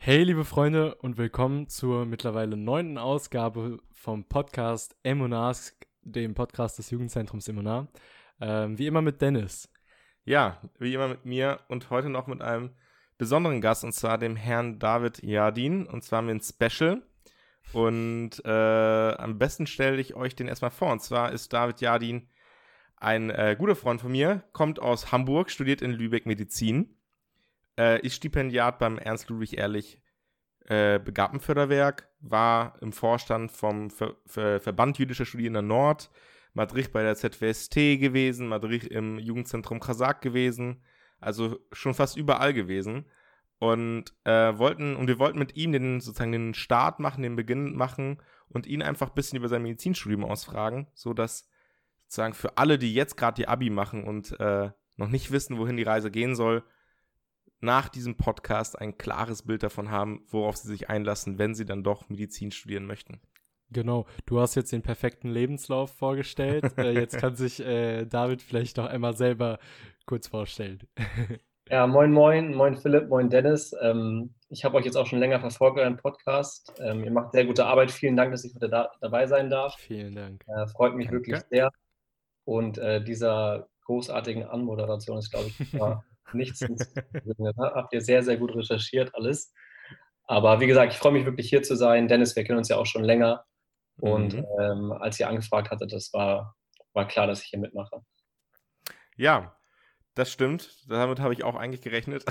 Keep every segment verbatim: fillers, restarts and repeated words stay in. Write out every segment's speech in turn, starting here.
Hey, liebe Freunde, und willkommen zur mittlerweile neunten Ausgabe vom Podcast Emunas, dem Podcast des Jugendzentrums Emuna. Ähm, wie immer mit Dennis. Ja, wie immer mit mir und heute noch mit einem besonderen Gast, und zwar dem Herrn David Jardin. Und zwar haben wir ein Special. Und äh, am besten stelle ich euch den erstmal vor. Und zwar ist David Jardin ein äh, guter Freund von mir, kommt aus Hamburg, studiert in Lübeck Medizin, äh, ist Stipendiat beim Ernst-Ludwig-Ehrlich äh, Begabtenförderwerk, war im Vorstand vom Ver- Ver- Verband Jüdischer Studierender Nord, Madrid bei der Z W S T gewesen, Madrid im Jugendzentrum Chazak gewesen, also schon fast überall gewesen. Und äh, wollten, und wir wollten mit ihm den sozusagen den Start machen, den Beginn machen und ihn einfach ein bisschen über sein Medizinstudium ausfragen, sodass sozusagen für alle, die jetzt gerade die Abi machen und äh, noch nicht wissen, wohin die Reise gehen soll, nach diesem Podcast ein klares Bild davon haben, worauf sie sich einlassen, wenn sie dann doch Medizin studieren möchten. Genau, du hast jetzt den perfekten Lebenslauf vorgestellt. äh, jetzt kann sich äh, David vielleicht noch einmal selber kurz vorstellen. Ja, moin, moin, moin Philipp, moin Dennis. Ähm, ich habe euch jetzt auch schon länger verfolgt, euren Podcast. Ähm, ihr macht sehr gute Arbeit. Vielen Dank, dass ich heute da, dabei sein darf. Vielen Dank. Äh, freut mich Danke. wirklich sehr. Und äh, dieser großartigen Anmoderation ist, glaube ich, ja, nichts hinzuzufügen. Habt ihr sehr, sehr gut recherchiert alles. Aber wie gesagt, ich freue mich wirklich hier zu sein. Dennis, wir kennen uns ja auch schon länger. Und Mhm. ähm, als ihr angefragt hattet, das war, war klar, dass ich hier mitmache. Ja, das stimmt. Damit habe ich auch eigentlich gerechnet.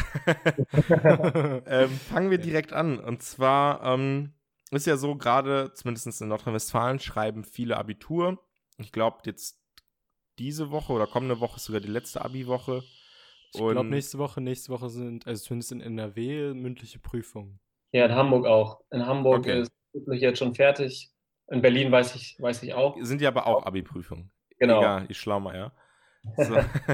ähm, fangen wir direkt an. Und zwar ähm, ist ja so, gerade zumindest in Nordrhein-Westfalen schreiben viele Abitur. Ich glaube, jetzt diese Woche oder kommende Woche ist sogar die letzte Abi-Woche. Ich glaube, Und nächste Woche, nächste Woche sind, also zumindest in N R W, mündliche Prüfungen. Ja, in Hamburg auch. In Hamburg Okay. ist wirklich jetzt schon fertig. In Berlin weiß ich, weiß ich auch. sind ja aber auch Abi-Prüfungen. Genau. Egal, ich Schlaumeier. So.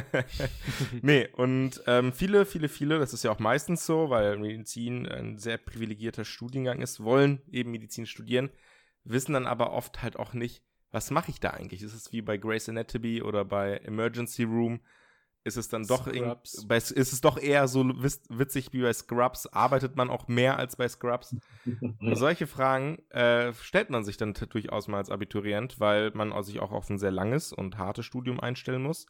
Nee, und ähm, viele, viele, viele, das ist ja auch meistens so, weil Medizin ein sehr privilegierter Studiengang ist, wollen eben Medizin studieren, wissen dann aber oft halt auch nicht, was mache ich da eigentlich? Ist es wie bei Grey's Anatomy oder bei Emergency Room? Ist es dann doch irgend- Scrubs. bei, ist es doch eher so wis- witzig wie bei Scrubs? Arbeitet man auch mehr als bei Scrubs? Und solche Fragen äh, stellt man sich dann t- durchaus mal als Abiturient, weil man au- sich auch auf ein sehr langes und hartes Studium einstellen muss.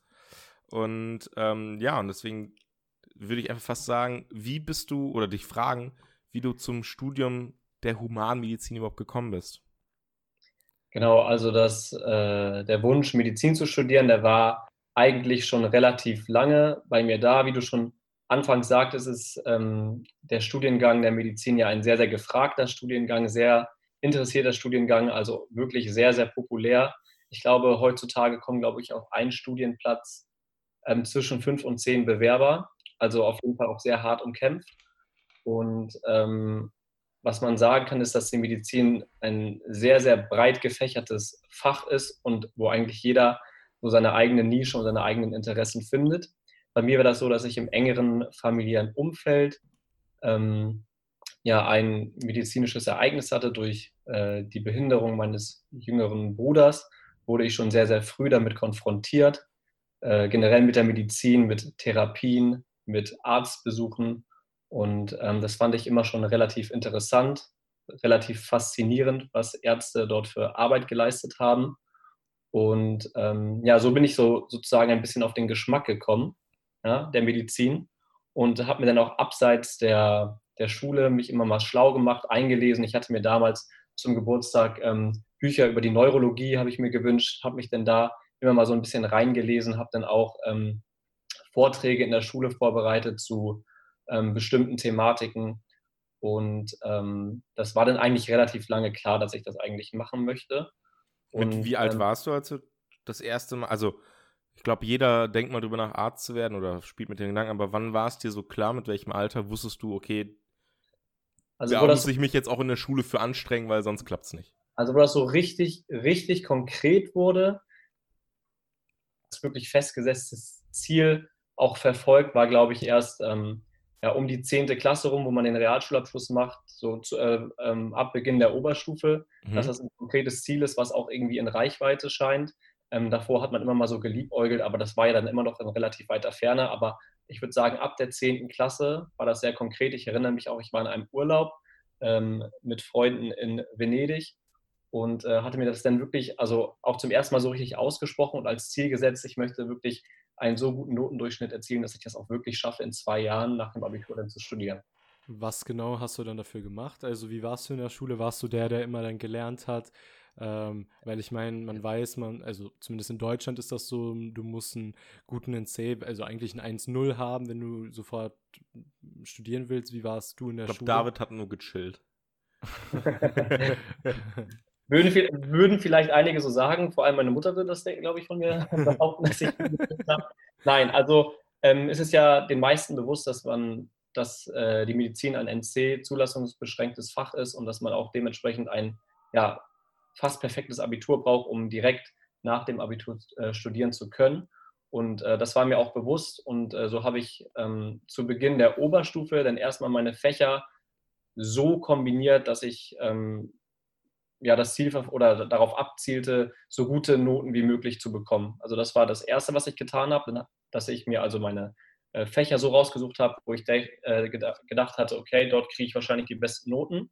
Und ähm, ja, und deswegen würde ich einfach fast sagen, wie bist du, oder dich fragen, wie du zum Studium der Humanmedizin überhaupt gekommen bist. Genau, also das, äh, der Wunsch, Medizin zu studieren, der war eigentlich schon relativ lange bei mir da. Wie du schon anfangs sagtest, ist ähm, der Studiengang der Medizin ja ein sehr, sehr gefragter Studiengang, sehr interessierter Studiengang, also wirklich sehr, sehr populär. Ich glaube, heutzutage kommen, glaube ich, auf einen Studienplatz ähm, zwischen fünf und zehn Bewerber, also auf jeden Fall auch sehr hart umkämpft. Und ähm, was man sagen kann, ist, dass die Medizin ein sehr, sehr breit gefächertes Fach ist und wo eigentlich jeder so seine eigene Nische und seine eigenen Interessen findet. Bei mir war das so, dass ich im engeren familiären Umfeld ähm, ja ein medizinisches Ereignis hatte durch äh, die Behinderung meines jüngeren Bruders, wurde ich schon sehr, sehr früh damit konfrontiert, äh, generell mit der Medizin, mit Therapien, mit Arztbesuchen. Und ähm, das fand ich immer schon relativ interessant, relativ faszinierend, was Ärzte dort für Arbeit geleistet haben. Und ähm, ja, so bin ich so sozusagen ein bisschen auf den Geschmack gekommen, ja, der Medizin und habe mir dann auch abseits der, der Schule mich immer mal schlau gemacht, eingelesen. Ich hatte mir damals zum Geburtstag ähm, Bücher über die Neurologie, habe ich mir gewünscht, habe mich dann da immer mal so ein bisschen reingelesen, habe dann auch ähm, Vorträge in der Schule vorbereitet zu ähm, bestimmten Thematiken. Und ähm, das war dann eigentlich relativ lange klar, dass ich das eigentlich machen möchte. Mit Und wie alt ähm, warst du, als du das erste Mal, also ich glaube, jeder denkt mal drüber nach, Arzt zu werden oder spielt mit den Gedanken, aber wann war es dir so klar, mit welchem Alter wusstest du, okay, also, wo da das muss so ich mich jetzt auch in der Schule für anstrengen, weil sonst klappt es nicht. Also wo das so richtig, richtig konkret wurde, das wirklich festgesetztes Ziel auch verfolgt, war, glaube ich, erst ähm, ja, um die zehnte Klasse rum, wo man den Realschulabschluss macht, so zu, äh, ähm, ab Beginn der Oberstufe, dass Mhm. das ein konkretes Ziel ist, was auch irgendwie in Reichweite scheint. Ähm, davor hat man immer mal so geliebäugelt, aber das war ja dann immer noch in relativ weiter Ferne. Aber ich würde sagen, ab der zehnten Klasse war das sehr konkret. Ich erinnere mich auch, ich war in einem Urlaub ähm, mit Freunden in Venedig und äh, hatte mir das dann wirklich, also auch zum ersten Mal so richtig ausgesprochen und als Ziel gesetzt, ich möchte wirklich einen so guten Notendurchschnitt erzielen, dass ich das auch wirklich schaffe, in zwei Jahren nach dem Abitur dann zu studieren. Was genau hast du dann dafür gemacht? Also wie warst du in der Schule? Warst du der, der immer dann gelernt hat? Ähm, weil ich meine, man weiß, man, also zumindest in Deutschland ist das so, du musst einen guten N C, also eigentlich ein eins null haben, wenn du sofort studieren willst. Wie warst du in der Ich glaube, Schule? David hat nur gechillt. Würden, viel, würden vielleicht einige so sagen, vor allem meine Mutter würde das, glaube ich, von mir behaupten, dass ich habe. Nein, also ähm, es ist ja den meisten bewusst, dass man, dass äh, die Medizin ein N C-zulassungsbeschränktes Fach ist und dass man auch dementsprechend ein ja, fast perfektes Abitur braucht, um direkt nach dem Abitur äh, studieren zu können. Und äh, das war mir auch bewusst und äh, so habe ich ähm, zu Beginn der Oberstufe dann erstmal meine Fächer so kombiniert, dass ich ähm, ja, das Ziel oder darauf abzielte, so gute Noten wie möglich zu bekommen. Also das war das Erste, was ich getan habe, dass ich mir also meine äh, Fächer so rausgesucht habe, wo ich de- äh, gedacht, gedacht hatte, okay, dort kriege ich wahrscheinlich die besten Noten.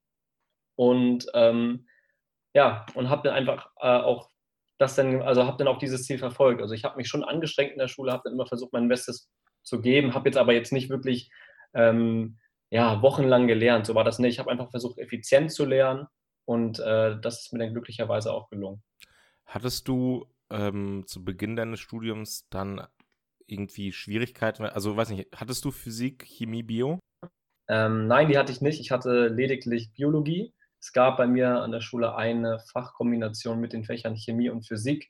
Und ähm, ja, und habe dann einfach äh, auch das dann, also habe dann auch dieses Ziel verfolgt. Also ich habe mich schon angestrengt in der Schule, habe dann immer versucht, mein Bestes zu geben, habe jetzt aber jetzt nicht wirklich ähm, ja, wochenlang gelernt. So war das nicht. Ich habe einfach versucht, effizient zu lernen und äh, das ist mir dann glücklicherweise auch gelungen. Hattest du ähm, zu Beginn deines Studiums dann irgendwie Schwierigkeiten? Also, weiß nicht, hattest du Physik, Chemie, Bio? Ähm, nein, die hatte ich nicht. Ich hatte lediglich Biologie. Es gab bei mir an der Schule eine Fachkombination mit den Fächern Chemie und Physik.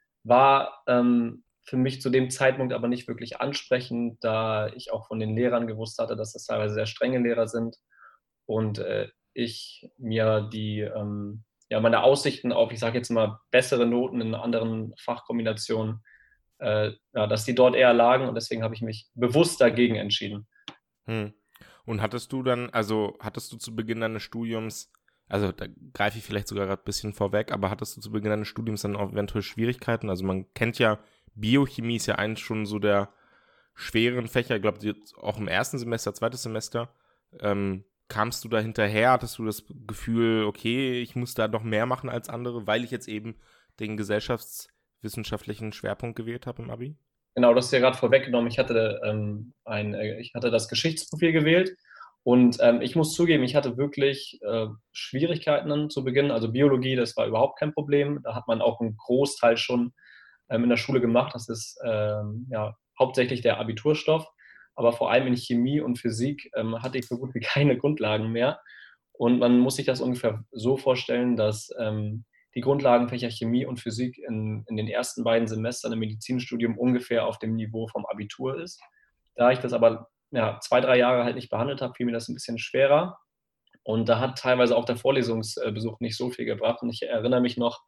War ähm, für mich zu dem Zeitpunkt aber nicht wirklich ansprechend, da ich auch von den Lehrern gewusst hatte, dass das teilweise sehr strenge Lehrer sind und äh, ich mir die, ähm, ja, meine Aussichten auf, ich sage jetzt mal, bessere Noten in anderen Fachkombinationen, äh, ja, dass die dort eher lagen und deswegen habe ich mich bewusst dagegen entschieden. Hm. Und hattest du dann, also hattest du zu Beginn deines Studiums, also da greife ich vielleicht sogar gerade ein bisschen vorweg, aber hattest du zu Beginn deines Studiums dann auch eventuell Schwierigkeiten? Also man kennt ja, Biochemie ist ja eigentlich schon so der schweren Fächer, ich glaube auch im ersten Semester, zweites Semester. Ähm, kamst du da hinterher? Hattest du das Gefühl, okay, ich muss da noch mehr machen als andere, weil ich jetzt eben den gesellschaftswissenschaftlichen Schwerpunkt gewählt habe im Abi? Genau, das ist ja gerade vorweggenommen. Ich hatte, ähm, ein, äh, ich hatte das Geschichtsprofil gewählt und ähm, ich muss zugeben, ich hatte wirklich äh, Schwierigkeiten dann zu Beginn. Also Biologie, das war überhaupt kein Problem. Da hat man auch einen Großteil schon ähm, in der Schule gemacht. Das ist ähm, ja hauptsächlich der Abiturstoff. Aber vor allem in Chemie und Physik ähm, hatte ich so gut wie keine Grundlagen mehr. Und man muss sich das ungefähr so vorstellen, dass ähm, die Grundlagenfächer Chemie und Physik in, in den ersten beiden Semestern im Medizinstudium ungefähr auf dem Niveau vom Abitur ist. Da ich das aber ja, zwei, drei Jahre halt nicht behandelt habe, fiel mir das ein bisschen schwerer. Und da hat teilweise auch der Vorlesungsbesuch nicht so viel gebracht. Und ich erinnere mich noch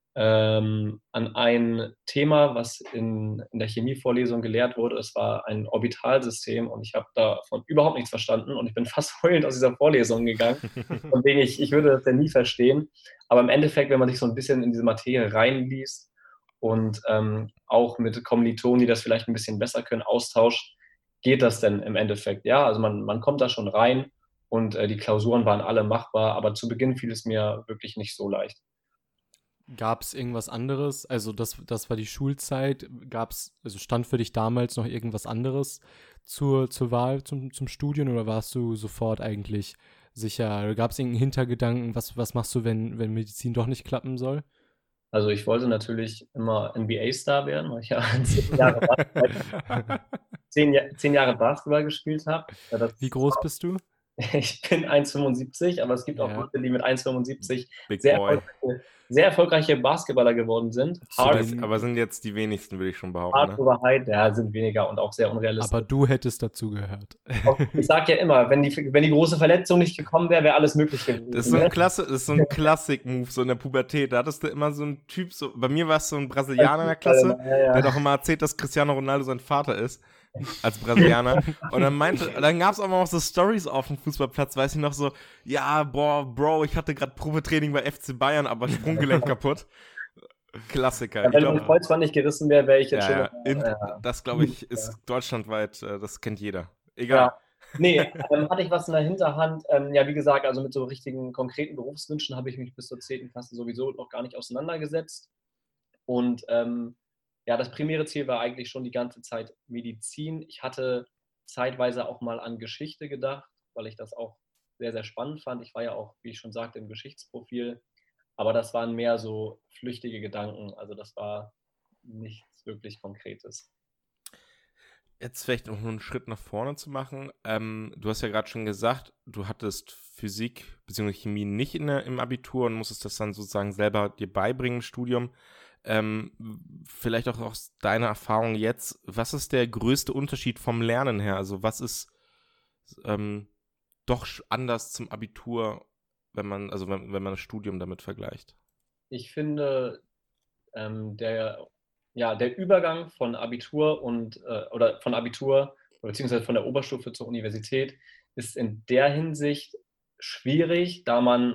ähm, an ein Thema, was in, in der Chemievorlesung gelehrt wurde. Es war ein Orbitalsystem und ich habe davon überhaupt nichts verstanden und ich bin fast heulend aus dieser Vorlesung gegangen. Von wegen ich, ich würde das ja nie verstehen. Aber im Endeffekt, wenn man sich so ein bisschen in diese Materie reinliest und ähm, auch mit Kommilitonen, die das vielleicht ein bisschen besser können, austauscht, geht das denn im Endeffekt? Ja, also man, man kommt da schon rein und äh, die Klausuren waren alle machbar, aber zu Beginn fiel es mir wirklich nicht so leicht. Gab es irgendwas anderes? Also das, das war die Schulzeit. Gab es, also stand für dich damals noch irgendwas anderes zur, zur Wahl zum, zum Studium oder warst du sofort eigentlich sicher? Gab es irgendeinen Hintergedanken, was, was machst du, wenn, wenn Medizin doch nicht klappen soll? Also ich wollte natürlich immer N B A-Star werden, weil ich ja zehn Jahre Basketball, zehn, zehn Jahre Basketball gespielt habe. Ja, Wie groß bist du? Ich bin eins Komma fünfundsiebzig, aber es gibt auch Ja. Leute, die mit eins Komma fünfundsiebzig Big sehr Boy. erfolgreiche, sehr erfolgreiche Basketballer geworden sind. Zu Hard, den- Aber sind jetzt die wenigsten, würde ich schon behaupten. Hard Ne? over Height, ja, sind weniger und auch sehr unrealistisch. Aber du hättest dazugehört. Ich sage ja immer, wenn die, wenn die große Verletzung nicht gekommen wäre, wäre alles möglich gewesen. Das ist so ein, Klasse, das ist so ein Klassik-Move, so in der Pubertät. Da hattest du immer so einen Typ, so, bei mir war es so ein Brasilianer in der Klasse, Ja, ja. der hat auch immer erzählt, dass Cristiano Ronaldo sein Vater ist, als Brasilianer. Und dann meinte, dann gab es auch mal noch so Stories auf dem Fußballplatz, weiß ich noch so, ja, boah, Bro, ich hatte gerade Probetraining bei F C Bayern, aber Sprunggelenk kaputt. Klassiker. Ja, Ich wenn glaub, mein Kreuzband nicht gerissen wäre, wäre ich jetzt ja, schon. ja. In, Äh, das, glaube ich, ist ja. deutschlandweit, äh, das kennt jeder. Egal. Ja. Nee, ähm, hatte ich was in der Hinterhand. Ähm, ja, wie gesagt, also mit so richtigen konkreten Berufswünschen habe ich mich bis zur zehnten Klasse sowieso noch gar nicht auseinandergesetzt. Und ähm, ja, das primäre Ziel war eigentlich schon die ganze Zeit Medizin. Ich hatte zeitweise auch mal an Geschichte gedacht, weil ich das auch sehr, sehr spannend fand. Ich war ja auch, wie ich schon sagte, im Geschichtsprofil. Aber das waren mehr so flüchtige Gedanken. Also das war nichts wirklich Konkretes. Jetzt vielleicht noch einen Schritt nach vorne zu machen. Ähm, du hast ja gerade schon gesagt, du hattest Physik bzw. Chemie nicht in der, im Abitur und musstest das dann sozusagen selber dir beibringen im Studium. Ähm, vielleicht auch aus deiner Erfahrung jetzt, was ist der größte Unterschied vom Lernen her? Also was ist ähm, doch anders zum Abitur, wenn man, also wenn, wenn man das Studium damit vergleicht? Ich finde, ähm, der, ja, der Übergang von Abitur und äh, oder von Abitur beziehungsweise von der Oberstufe zur Universität ist in der Hinsicht schwierig, da man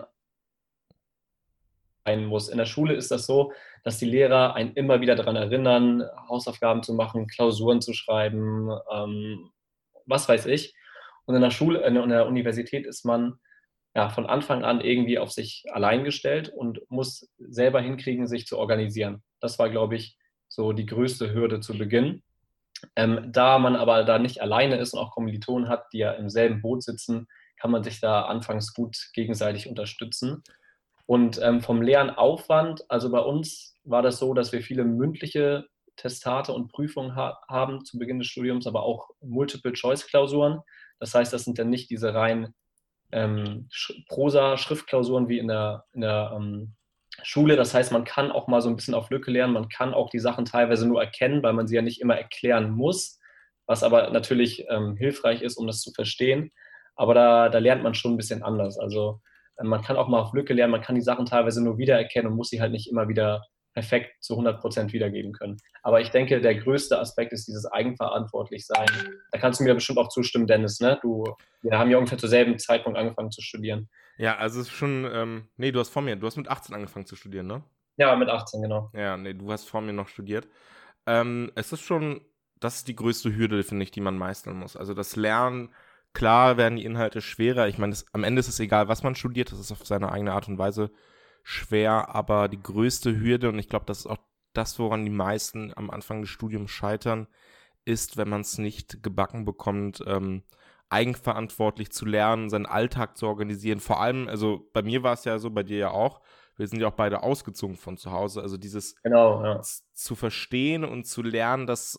sein muss. In der Schule ist das so, dass die Lehrer einen immer wieder daran erinnern, Hausaufgaben zu machen, Klausuren zu schreiben, ähm, was weiß ich. Und in der Schule, in der Universität ist man ja von Anfang an irgendwie auf sich allein gestellt und muss selber hinkriegen, sich zu organisieren. Das war, glaube ich, so die größte Hürde zu Beginn. Ähm, da man aber da nicht alleine ist und auch Kommilitonen hat, die ja im selben Boot sitzen, kann man sich da anfangs gut gegenseitig unterstützen. Und ähm, vom Lernaufwand, also bei uns war das so, dass wir viele mündliche Testate und Prüfungen ha haben zu Beginn des Studiums, aber auch Multiple-Choice-Klausuren. Das heißt, das sind dann nicht diese rein ähm, Prosa-Schriftklausuren wie in der, in der ähm, Schule. Das heißt, man kann auch mal so ein bisschen auf Lücke lernen. Man kann auch die Sachen teilweise nur erkennen, weil man sie ja nicht immer erklären muss, was aber natürlich ähm, hilfreich ist, um das zu verstehen. Aber da, da lernt man schon ein bisschen anders. Also äh, man kann auch mal auf Lücke lernen. Man kann die Sachen teilweise nur wiedererkennen und muss sie halt nicht immer wieder perfekt zu hundert Prozent wiedergeben können. Aber ich denke, der größte Aspekt ist dieses Eigenverantwortlichsein. Da kannst du mir bestimmt auch zustimmen, Dennis. Ne? Du, wir haben ja ungefähr zur selben Zeitpunkt angefangen zu studieren. Ja, also es ist schon, ähm, nee, du hast vor mir, du hast mit achtzehn angefangen zu studieren, ne? Ja, mit achtzehn, genau. Ja, nee, du hast vor mir noch studiert. Ähm, es ist schon, das ist die größte Hürde, finde ich, die man meistern muss. Also das Lernen, klar werden die Inhalte schwerer. Ich meine, das- am Ende ist es egal, was man studiert, das ist auf seine eigene Art und Weise schwer, aber die größte Hürde, und ich glaube, das ist auch das, woran die meisten am Anfang des Studiums scheitern, ist, wenn man es nicht gebacken bekommt, ähm, eigenverantwortlich zu lernen, seinen Alltag zu organisieren. Vor allem, also bei mir war es ja so, bei dir ja auch, wir sind ja auch beide ausgezogen von zu Hause, also dieses Genau, ja. z- zu verstehen und zu lernen, dass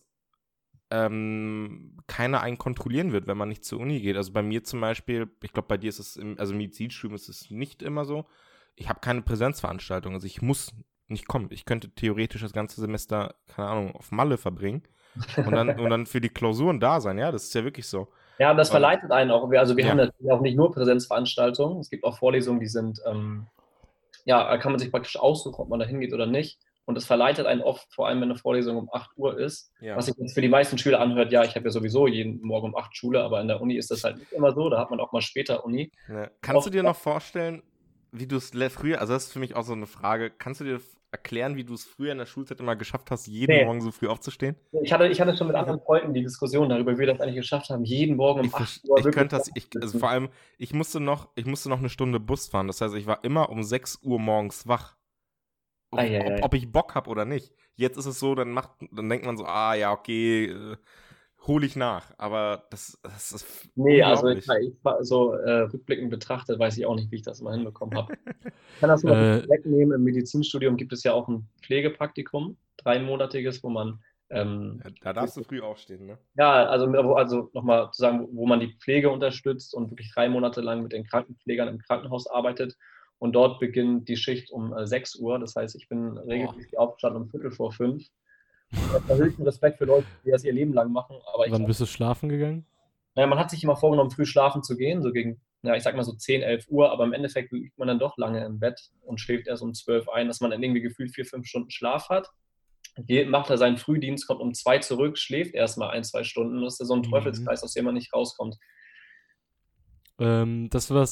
ähm, keiner einen kontrollieren wird, wenn man nicht zur Uni geht. Also bei mir zum Beispiel, ich glaube, bei dir ist es, im, also im Medizinstudium ist es nicht immer so, ich habe keine Präsenzveranstaltung, also ich muss nicht kommen. Ich könnte theoretisch das ganze Semester, keine Ahnung, auf Malle verbringen und dann, und dann für die Klausuren da sein, ja, das ist ja wirklich so. Ja, und das Und, verleitet einen auch. Also wir ja. haben natürlich auch nicht nur Präsenzveranstaltungen. Es gibt auch Vorlesungen, die sind, ähm, ja, da kann man sich praktisch aussuchen, ob man da hingeht oder nicht. Und das verleitet einen oft, vor allem wenn eine Vorlesung um acht Uhr ist. Ja. Was sich jetzt für die meisten Schüler anhört, ja, ich habe ja sowieso jeden Morgen um acht Schule, aber in der Uni ist das halt nicht immer so. Da hat man auch mal später Uni. Ja. Kannst du dir noch vorstellen, wie du es früher, also das ist für mich auch so eine Frage, kannst du dir erklären, wie du es früher in der Schulzeit immer geschafft hast, jeden Nee. Morgen so früh aufzustehen? Ich hatte, ich hatte schon mit anderen Freunden die Diskussion darüber, wie wir das eigentlich geschafft haben, jeden Morgen um Ich, acht verste- Uhr ich wirklich könnte das, ich, also vor allem, ich musste noch, ich musste noch eine Stunde Bus fahren. Das heißt, ich war immer um sechs Uhr morgens wach. Ob, Ei, ei, ei. ob, ob ich Bock habe oder nicht. Jetzt ist es so, dann macht, dann denkt man so, ah ja, okay, äh, hole ich nach. Aber das, das ist Nee, also ich, unglaublich. ich war so äh, rückblickend betrachtet, weiß ich auch nicht, wie ich das mal hinbekommen habe. Ich kann das mal Äh, wegnehmen. Im Medizinstudium gibt es ja auch ein Pflegepraktikum, dreimonatiges, wo man ähm, Ja, da darfst du früh aufstehen, ne? ja, also, also nochmal zu sagen, wo man die Pflege unterstützt und wirklich drei Monate lang mit den Krankenpflegern im Krankenhaus arbeitet. Und dort beginnt die Schicht um äh, sechs Uhr. Das heißt, ich bin regelmäßig aufgestanden um Viertel vor fünf. Ich habe höchsten Respekt für Leute, die das ihr Leben lang machen. Aber ich Wann bist du schlafen gegangen? naja, man hat sich immer vorgenommen, früh schlafen zu gehen, so gegen, ja, ich sag mal so zehn, elf Uhr, aber im Endeffekt liegt man dann doch lange im Bett und schläft erst um zwölf ein, dass man dann irgendwie gefühlt vier, fünf Stunden Schlaf hat. Geht, macht er seinen Frühdienst, kommt um zwei zurück, schläft erstmal ein, zwei Stunden. Das ist so ein Mhm. Teufelskreis, aus dem man nicht rauskommt. Ähm, das, was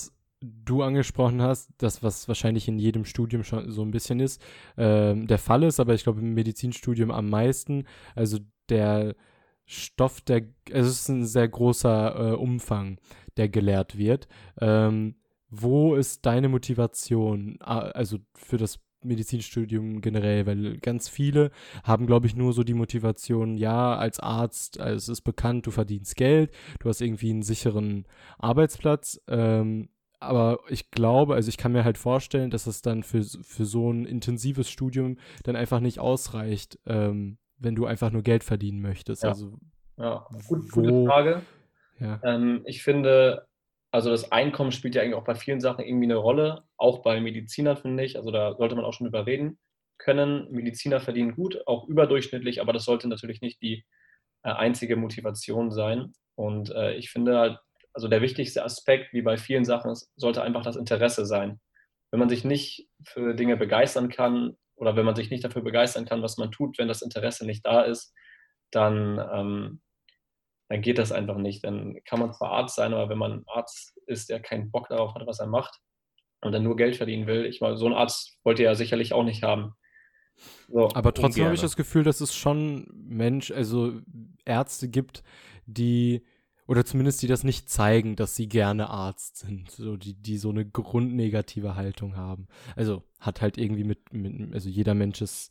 du angesprochen hast, das, was wahrscheinlich in jedem Studium schon so ein bisschen ist, ähm, der Fall ist, aber ich glaube im Medizinstudium am meisten, also der Stoff, der, also es ist ein sehr großer äh, Umfang, der gelehrt wird. Ähm, wo ist deine Motivation, a- also für das Medizinstudium generell? Weil ganz viele haben, glaube ich, nur so die Motivation, ja, als Arzt, also es ist bekannt, du verdienst Geld, du hast irgendwie einen sicheren Arbeitsplatz, ähm, aber ich glaube, also ich kann mir halt vorstellen, dass es dann für, für so ein intensives Studium dann einfach nicht ausreicht, ähm, wenn du einfach nur Geld verdienen möchtest. Ja. Also Ja, gut, gute wo, Frage. ja, Ähm, ich finde, also das Einkommen spielt ja eigentlich auch bei vielen Sachen irgendwie eine Rolle, auch bei Medizinern, finde ich. Also da sollte man auch schon drüber reden können. Mediziner verdienen gut, auch überdurchschnittlich, aber das sollte natürlich nicht die äh, einzige Motivation sein. Und äh, ich finde halt, also der wichtigste Aspekt, wie bei vielen Sachen, ist, sollte einfach das Interesse sein. Wenn man sich nicht für Dinge begeistern kann oder wenn man sich nicht dafür begeistern kann, was man tut, wenn das Interesse nicht da ist, dann, ähm, dann geht das einfach nicht. Dann kann man zwar Arzt sein, aber wenn man Arzt ist, der keinen Bock darauf hat, was er macht und dann nur Geld verdienen will, ich meine, so einen Arzt wollt ihr ja sicherlich auch nicht haben. So. aber trotzdem habe ich Ungerne. das Gefühl, dass es schon Mensch, also Ärzte gibt, die, oder zumindest die das nicht zeigen, dass sie gerne Arzt sind, so die, die so eine grundnegative Haltung haben. Also hat halt irgendwie mit, mit also jeder Mensch ist,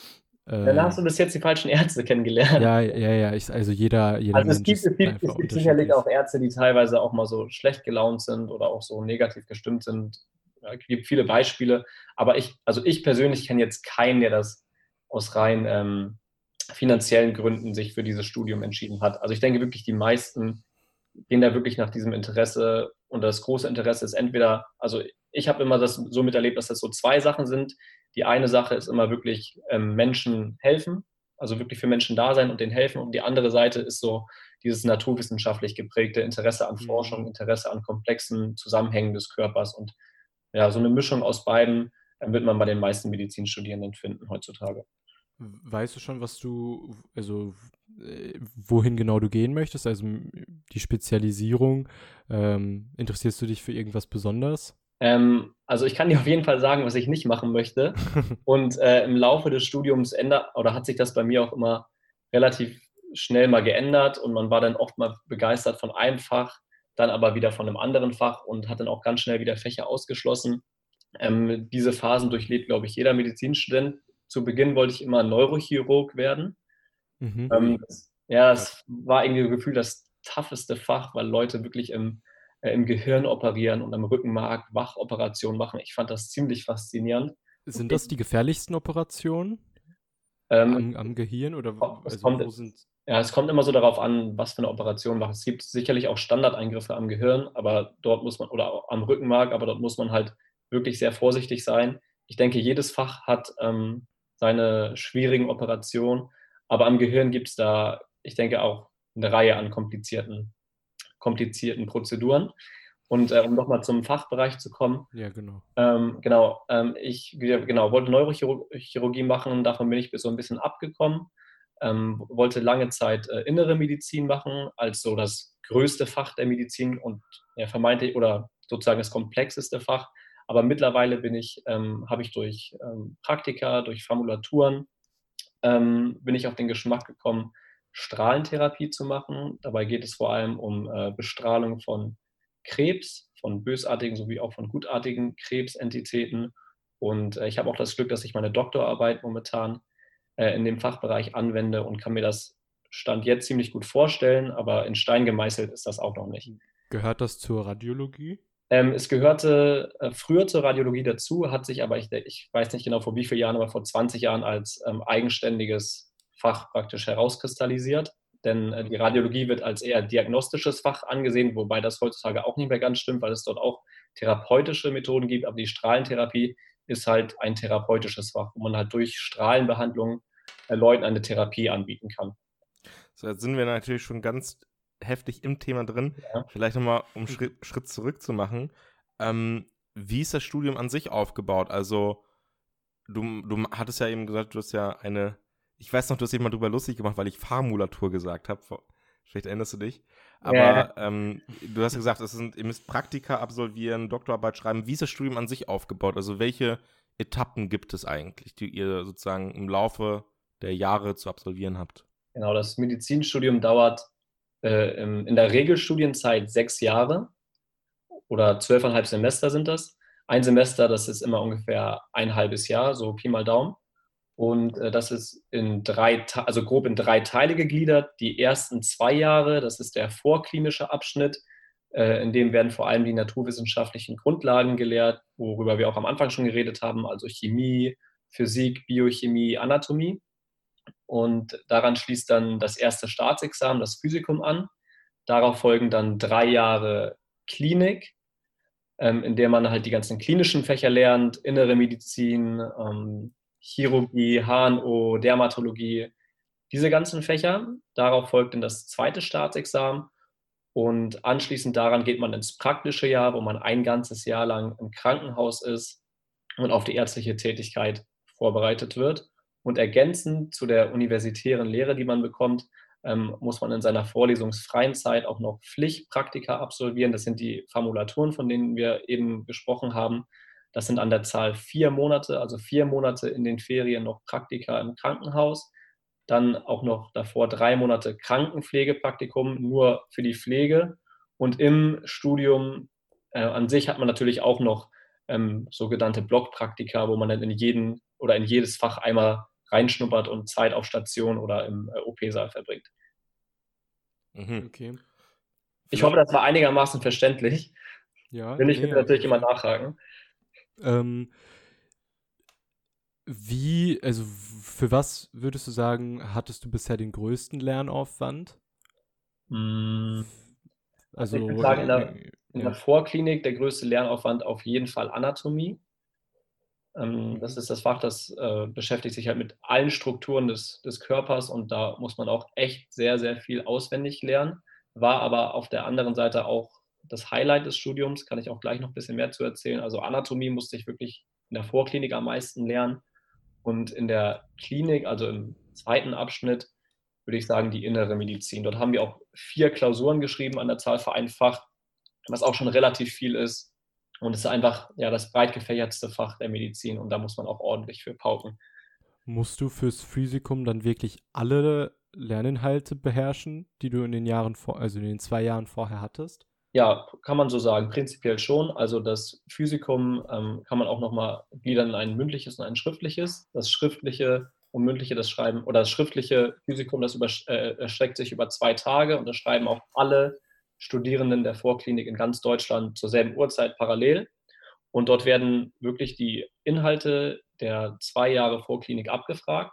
äh, Dann hast du bis jetzt die falschen Ärzte kennengelernt. ja, ja, ja, ich, also jeder, jeder Also es Mensch gibt, ist es gibt, einfach es gibt sicherlich unterschiedlich. auch Ärzte, die teilweise auch mal so schlecht gelaunt sind oder auch so negativ gestimmt sind. Ja, es gibt viele Beispiele. Aber ich, also ich persönlich kenne jetzt keinen, der das aus rein ähm, finanziellen Gründen sich für dieses Studium entschieden hat. Also ich denke wirklich, die meisten gehen da wirklich nach diesem Interesse. Und das große Interesse ist entweder, also ich habe immer das so miterlebt, dass das so zwei Sachen sind. Die eine Sache ist immer wirklich ähm, Menschen helfen, also wirklich für Menschen da sein und denen helfen. Und die andere Seite ist so dieses naturwissenschaftlich geprägte Interesse an Forschung, Mhm. Interesse an komplexen Zusammenhängen des Körpers. Und ja, so eine Mischung aus beiden äh, wird man bei den meisten Medizinstudierenden finden heutzutage. Weißt du schon, was du, also äh, wohin genau du gehen möchtest? Also m- die Spezialisierung, ähm, interessierst du dich für irgendwas besonders? Ähm, also ich kann dir auf jeden Fall sagen, was ich nicht machen möchte. Und äh, im Laufe des Studiums ändert oder hat sich das bei mir auch immer relativ schnell mal geändert und man war dann oft mal begeistert von einem Fach, dann aber wieder von einem anderen Fach und hat dann auch ganz schnell wieder Fächer ausgeschlossen. Ähm, diese Phasen durchlebt, glaube ich, jeder Medizinstudent. Zu Beginn wollte ich immer Neurochirurg werden. Mhm. Ähm, Ui, das, ja, krass. das war irgendwie so gefühlt das tougheste Fach, weil Leute wirklich im, äh, im Gehirn operieren und am Rückenmark Wachoperationen machen. Ich fand das ziemlich faszinierend. Sind das die gefährlichsten Operationen Ähm, am, am Gehirn oder w- es also kommt, wo sind? ja, es kommt immer so darauf an, was für eine Operation man macht. Es gibt sicherlich auch Standardeingriffe am Gehirn, aber dort muss man, oder auch am Rückenmark, aber dort muss man halt wirklich sehr vorsichtig sein. Ich denke, jedes Fach hat ähm, seine schwierigen Operationen, aber am Gehirn gibt es da, ich denke, auch eine Reihe an komplizierten, komplizierten Prozeduren. Und äh, um nochmal zum Fachbereich zu kommen, Ja, genau. ähm, genau, ähm, ich genau, wollte Neurochirurgie machen, davon bin ich so ein bisschen abgekommen. Ähm, wollte lange Zeit äh, innere Medizin machen, als so das größte Fach der Medizin und ja, vermeintlich oder sozusagen das komplexeste Fach. Aber mittlerweile bin ich, ähm, habe ich durch ähm, Praktika, durch Formulaturen, ähm, bin ich auf den Geschmack gekommen, Strahlentherapie zu machen. Dabei geht es vor allem um äh, Bestrahlung von Krebs, von bösartigen sowie auch von gutartigen Krebsentitäten. Und äh, ich habe auch das Glück, dass ich meine Doktorarbeit momentan äh, in dem Fachbereich anwende und kann mir das Stand jetzt ziemlich gut vorstellen, aber in Stein gemeißelt ist das auch noch nicht. Gehört das zur Radiologie? Ähm, es gehörte äh, früher zur Radiologie dazu, hat sich aber, ich, ich weiß nicht genau vor wie vielen Jahren, aber vor zwanzig Jahren als ähm, eigenständiges Fach praktisch herauskristallisiert. Denn äh, die Radiologie wird als eher diagnostisches Fach angesehen, wobei das heutzutage auch nicht mehr ganz stimmt, weil es dort auch therapeutische Methoden gibt. Aber die Strahlentherapie ist halt ein therapeutisches Fach, wo man halt durch Strahlenbehandlung äh, Leuten eine Therapie anbieten kann. So, jetzt sind wir natürlich schon ganz heftig im Thema drin. Ja. Vielleicht nochmal, um Schritt, Schritt zurück zu machen. Ähm, wie ist das Studium an sich aufgebaut? Also, du, du hattest ja eben gesagt, du hast ja eine, ich weiß noch, du hast dich mal drüber lustig gemacht, weil ich Formulatur gesagt habe. Vielleicht erinnerst du dich. Aber ähm, du hast gesagt, es sind, ihr müsst Praktika absolvieren, Doktorarbeit schreiben. Wie ist das Studium an sich aufgebaut? Also welche Etappen gibt es eigentlich, die ihr sozusagen im Laufe der Jahre zu absolvieren habt? Genau, das Medizinstudium dauert äh, im, in der Regelstudienzeit sechs Jahre oder zwölfeinhalb Semester sind das. Ein Semester, das ist immer ungefähr ein halbes Jahr, so Pi mal Daumen. Und äh, das ist in drei, also grob in drei Teile gegliedert. Die ersten zwei Jahre, das ist der vorklinische Abschnitt, äh, in dem werden vor allem die naturwissenschaftlichen Grundlagen gelehrt, worüber wir auch am Anfang schon geredet haben, also Chemie, Physik, Biochemie, Anatomie. Und daran schließt dann das erste Staatsexamen, das Physikum an. Darauf folgen dann drei Jahre Klinik, ähm, in der man halt die ganzen klinischen Fächer lernt, innere Medizin, ähm, Chirurgie, H N O, Dermatologie, diese ganzen Fächer. Darauf folgt dann das zweite Staatsexamen und anschließend daran geht man ins praktische Jahr, wo man ein ganzes Jahr lang im Krankenhaus ist und auf die ärztliche Tätigkeit vorbereitet wird. Und ergänzend zu der universitären Lehre, die man bekommt, ähm, muss man in seiner vorlesungsfreien Zeit auch noch Pflichtpraktika absolvieren. Das sind die Formulaturen, von denen wir eben gesprochen haben. Das sind an der Zahl vier Monate, also vier Monate in den Ferien noch Praktika im Krankenhaus. Dann auch noch davor drei Monate Krankenpflegepraktikum nur für die Pflege. Und im Studium äh, an sich hat man natürlich auch noch ähm, sogenannte Blockpraktika, wo man dann in jeden oder in jedes Fach einmal reinschnuppert und Zeit auf Station oder im äh, O P-Saal verbringt. Mhm. Okay. Ich hoffe, das war einigermaßen verständlich. Ja, Wenn nicht, nee, könnt ihr natürlich auf jeden immer nachhaken. Ähm, wie, also w- für was würdest du sagen, hattest du bisher den größten Lernaufwand? Mm, Also ich würde Also, sagen, in äh, der, äh, in der ja. Vorklinik der größte Lernaufwand auf jeden Fall Anatomie. Ähm, das Mhm. ist das Fach, das äh, beschäftigt sich halt mit allen Strukturen des, des Körpers und da muss man auch echt sehr, sehr viel auswendig lernen. War aber auf der anderen Seite auch das Highlight des Studiums, kann ich auch gleich noch ein bisschen mehr zu erzählen. Also Anatomie musste ich wirklich in der Vorklinik am meisten lernen und in der Klinik, also im zweiten Abschnitt, würde ich sagen, die innere Medizin. Dort haben wir auch vier Klausuren geschrieben an der Zahl vereinfacht, was auch schon relativ viel ist. Und es ist einfach ja, das breit gefächertste Fach der Medizin und da muss man auch ordentlich für pauken. Musst du fürs Physikum dann wirklich alle Lerninhalte beherrschen, die du in den Jahren vor, also in den zwei Jahren vorher hattest? Ja, kann man so sagen, prinzipiell schon. Also das Physikum ähm, kann man auch nochmal gliedern in ein mündliches und ein schriftliches. Das schriftliche und mündliche, das Schreiben, oder das schriftliche Physikum, das über, äh, erstreckt sich über zwei Tage und das schreiben auch alle Studierenden der Vorklinik in ganz Deutschland zur selben Uhrzeit parallel. Und dort werden wirklich die Inhalte der zwei Jahre Vorklinik abgefragt.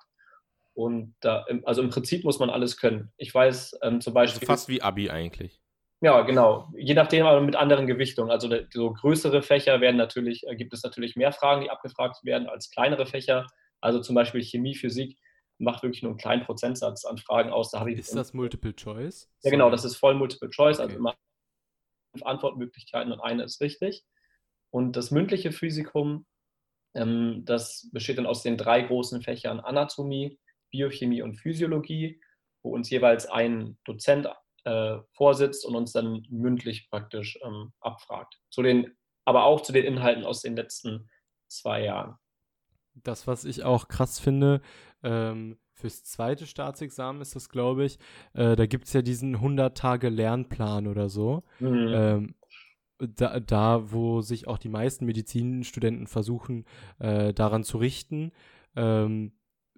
Und da, also im Prinzip muss man alles können. Ich weiß ähm, zum Also Beispiel, fast wie Abi eigentlich. ja, genau. Je nachdem, aber mit anderen Gewichtungen. Also so größere Fächer werden natürlich, äh, gibt es natürlich mehr Fragen, die abgefragt werden als kleinere Fächer. Also zum Beispiel Chemie, Physik macht wirklich nur einen kleinen Prozentsatz an Fragen aus. Da habe ich Ist das Multiple Choice? ja genau, Sorry. das ist voll Multiple Choice, also Okay. immer fünf Antwortmöglichkeiten und eine ist richtig. Und das mündliche Physikum, ähm, das besteht dann aus den drei großen Fächern Anatomie, Biochemie und Physiologie, wo uns jeweils ein Dozent äh, vorsitzt und uns dann mündlich praktisch ähm, abfragt. Zu den, aber auch zu den Inhalten aus den letzten zwei Jahren. Das, was ich auch krass finde, ähm, fürs zweite Staatsexamen ist das, glaube ich, äh, da gibt es ja diesen hundert Tage Lernplan oder so. Mhm. Ähm, da, da, wo sich auch die meisten Medizinstudenten versuchen, äh, daran zu richten. Ähm,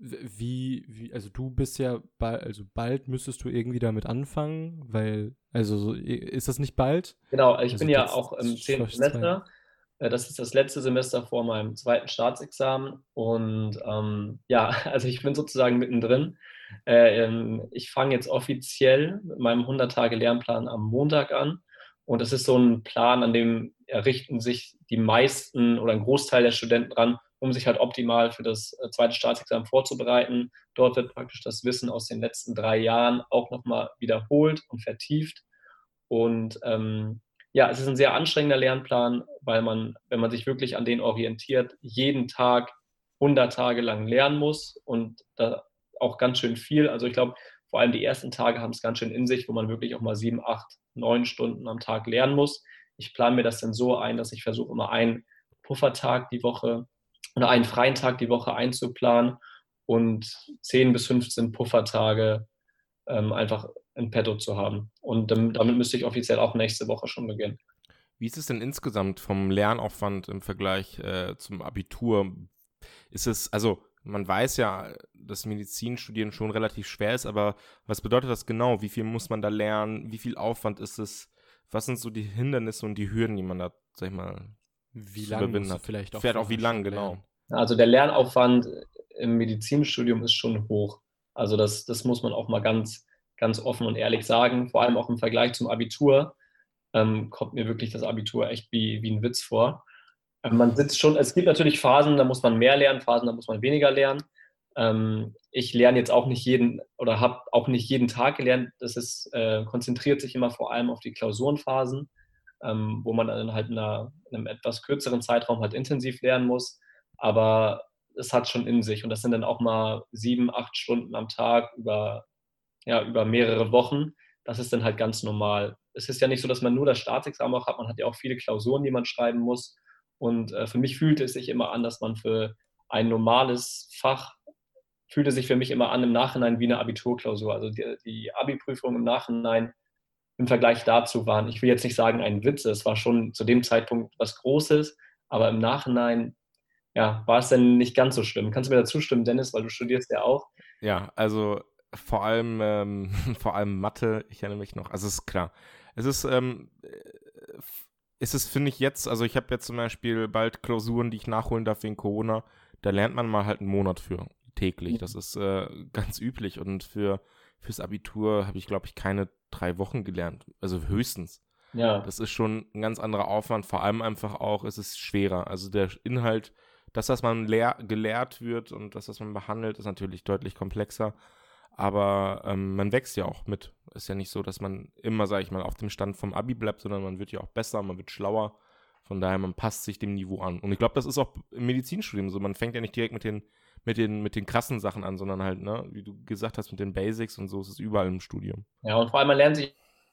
wie, wie, also du bist ja, bald, also bald müsstest du irgendwie damit anfangen, weil, also so, ist das nicht bald? Genau, ich Also bin ja das, auch im das zehnten zwei. Semester. Äh, Das ist das letzte Semester vor meinem zweiten Staatsexamen. Und ähm, ja, also ich bin sozusagen mittendrin. Äh, ähm, ich fange jetzt offiziell mit meinem hundert-Tage-Lernplan am Montag an. Und das ist so ein Plan, an dem errichten sich die meisten oder ein Großteil der Studenten dran, um sich halt optimal für das äh, zweite Staatsexamen vorzubereiten. Dort wird praktisch das Wissen aus den letzten drei Jahren auch nochmal wiederholt und vertieft. Und ähm, ja, es ist ein sehr anstrengender Lernplan, weil man, wenn man sich wirklich an den orientiert, jeden Tag hundert Tage lang lernen muss und da auch ganz schön viel. Also ich glaube, vor allem die ersten Tage haben es ganz schön in sich, wo man wirklich auch mal sieben, acht, neun Stunden am Tag lernen muss. Ich plane mir das dann so ein, dass ich versuche, immer einen Puffertag die Woche oder einen freien Tag die Woche einzuplanen und zehn bis fünfzehn Puffertage ähm, einfach in petto zu haben. Und ähm, damit müsste ich offiziell auch nächste Woche schon beginnen. Wie ist es denn insgesamt vom Lernaufwand im Vergleich äh, zum Abitur? Ist es, also man weiß ja, dass Medizinstudieren schon relativ schwer ist, aber was bedeutet das genau? Wie viel muss man da lernen? Wie viel Aufwand ist es? Was sind so die Hindernisse und die Hürden, die man da, sag ich mal, Wie zu lange überwinden musst du hat? vielleicht auch Vielleicht auch wie vorher lang, schon genau. lernen? Also der Lernaufwand im Medizinstudium ist schon hoch. Also das, das muss man auch mal ganz, ganz offen und ehrlich sagen. Vor allem auch im Vergleich zum Abitur ähm, kommt mir wirklich das Abitur echt wie, wie ein Witz vor. Ähm, man sitzt schon, es gibt natürlich Phasen, da muss man mehr lernen, Phasen, da muss man weniger lernen. Ähm, ich lerne jetzt auch nicht jeden oder habe auch nicht jeden Tag gelernt. Das ist, äh, konzentriert sich immer vor allem auf die Klausurenphasen, ähm, wo man dann halt in, einer, in einem etwas kürzeren Zeitraum halt intensiv lernen muss. Aber es hat schon in sich und das sind dann auch mal sieben, acht Stunden am Tag über, ja, über mehrere Wochen. Das ist dann halt ganz normal. Es ist ja nicht so, dass man nur das Staatsexamen auch hat, man hat ja auch viele Klausuren, die man schreiben muss. Und äh, für mich fühlte es sich immer an, dass man für ein normales Fach fühlte sich für mich immer an im Nachhinein wie eine Abiturklausur. Also die, die Abi-Prüfung im Nachhinein im Vergleich dazu waren, ich will jetzt nicht sagen ein Witz, es war schon zu dem Zeitpunkt was Großes, aber im Nachhinein ja, war es denn nicht ganz so schlimm. Kannst du mir dazu stimmen, Dennis, weil du studierst ja auch? Ja, also vor allem, ähm, vor allem Mathe, ich erinnere mich noch, also es ist klar. Es ist, ähm, es ist, finde ich jetzt, also ich habe jetzt zum Beispiel bald Klausuren, die ich nachholen darf wegen Corona, da lernt man mal halt einen Monat für, täglich. Das ist äh, ganz üblich und für fürs Abitur habe ich, glaube ich, keine drei Wochen gelernt, also höchstens. Ja. Das ist schon ein ganz anderer Aufwand, vor allem einfach auch, es ist schwerer. Also der Inhalt, das, was man lehr- gelehrt wird und das, was man behandelt, ist natürlich deutlich komplexer, aber ähm, man wächst ja auch mit. Ist ja nicht so, dass man immer, sage ich mal, auf dem Stand vom Abi bleibt, sondern man wird ja auch besser, man wird schlauer. Von daher, man passt sich dem Niveau an. Und ich glaube, das ist auch im Medizinstudium so. Man fängt ja nicht direkt mit den, mit den, mit den krassen Sachen an, sondern halt, ne, wie du gesagt hast, mit den Basics und so ist es überall im Studium. Ja, und vor allem, man lernt sich,